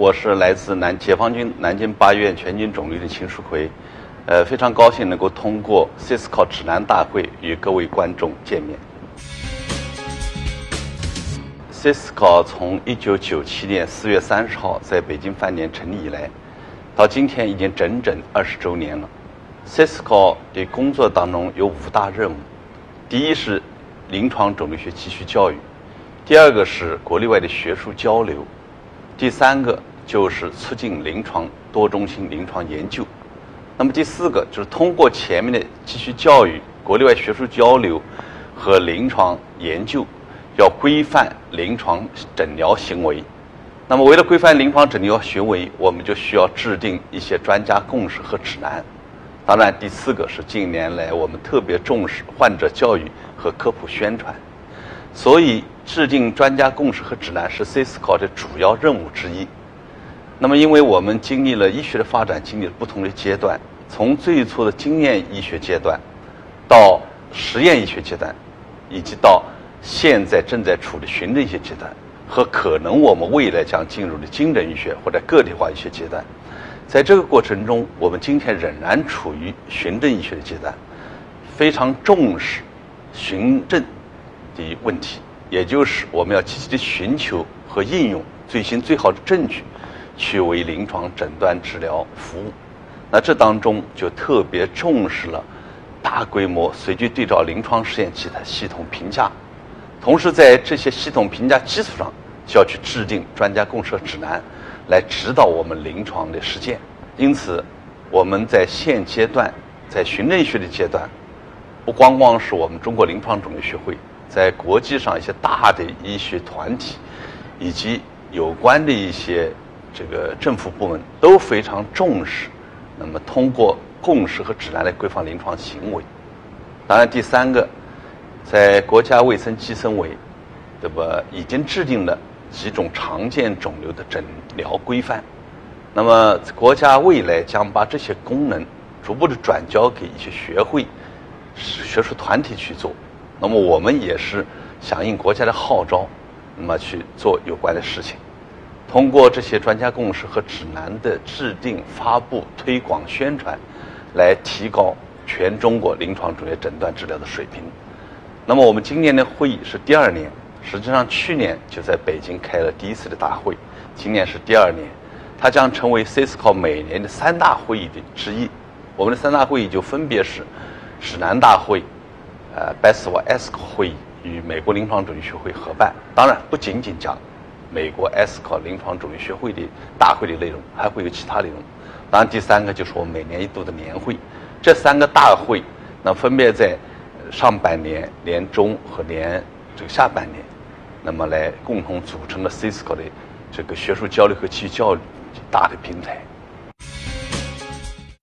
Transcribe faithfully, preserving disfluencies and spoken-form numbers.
我是来自南解放军南京八院全军总律的秦书奎，呃，非常高兴能够通过 C I S C O 指南大会与各位观众见面。C I S C O 从一九九七年四月三十号在北京饭店成立以来，到今天已经整整二十周年了。C I S C O 的工作当中有五大任务，第一是临床肿瘤学继续教育，第二个是国内外的学术交流，第三个就是促进临床多中心临床研究，那么第四个就是通过前面的继续教育、国内外学术交流和临床研究，要规范临床诊疗行为。那么为了规范临床诊疗行为，我们就需要制定一些专家共识和指南。当然，第四个是近年来我们特别重视患者教育和科普宣传，所以制定专家共识和指南是 C I S C O 的主要任务之一。那么因为我们经历了医学的发展，经历了不同的阶段，从最初的经验医学阶段到实验医学阶段，以及到现在正在处的循证医学阶段，和可能我们未来将进入的精准医学或者个体化医学阶段。在这个过程中，我们今天仍然处于循证医学的阶段，非常重视循证的问题，也就是我们要积极的寻求和应用最新最好的证据，去为临床诊断治疗服务。那这当中就特别重视了大规模随机对照临床试验集的系统评价，同时在这些系统评价基础上，就要去制定专家共识指南，来指导我们临床的实践。因此，我们在现阶段，在循证医学的阶段，不光光是我们中国临床肿瘤学会，在国际上一些大的医学团体，以及有关的一些这个政府部门都非常重视，那么通过共识和指南来规范临床行为。当然，第三个，在国家卫生计生委，对吧，已经制定了几种常见肿瘤的诊疗规范。那么国家未来将把这些功能逐步的转交给一些学会、学术团体去做。那么我们也是响应国家的号召，那么去做有关的事情。通过这些专家共识和指南的制定、发布、推广、宣传，来提高全中国临床肿瘤诊断治疗的水平。那么我们今年的会议是第二年，实际上去年就在北京开了第一次的大会，今年是第二年，它将成为 C I S C O 每年的三大会议的之一。我们的三大会议就分别是指南大会、呃 B A S W A S C O 会议与美国临床肿瘤学会合办。当然，不仅仅讲美国 A S C O 临床肿瘤学会的大会的内容，还会有其他内容。当然，第三个就是我们每年一度的年会。这三个大会，那分别在上半年、年中和年这个下半年，那么来共同组成了 C I S C O 的这个学术交流和继续教育大的平台。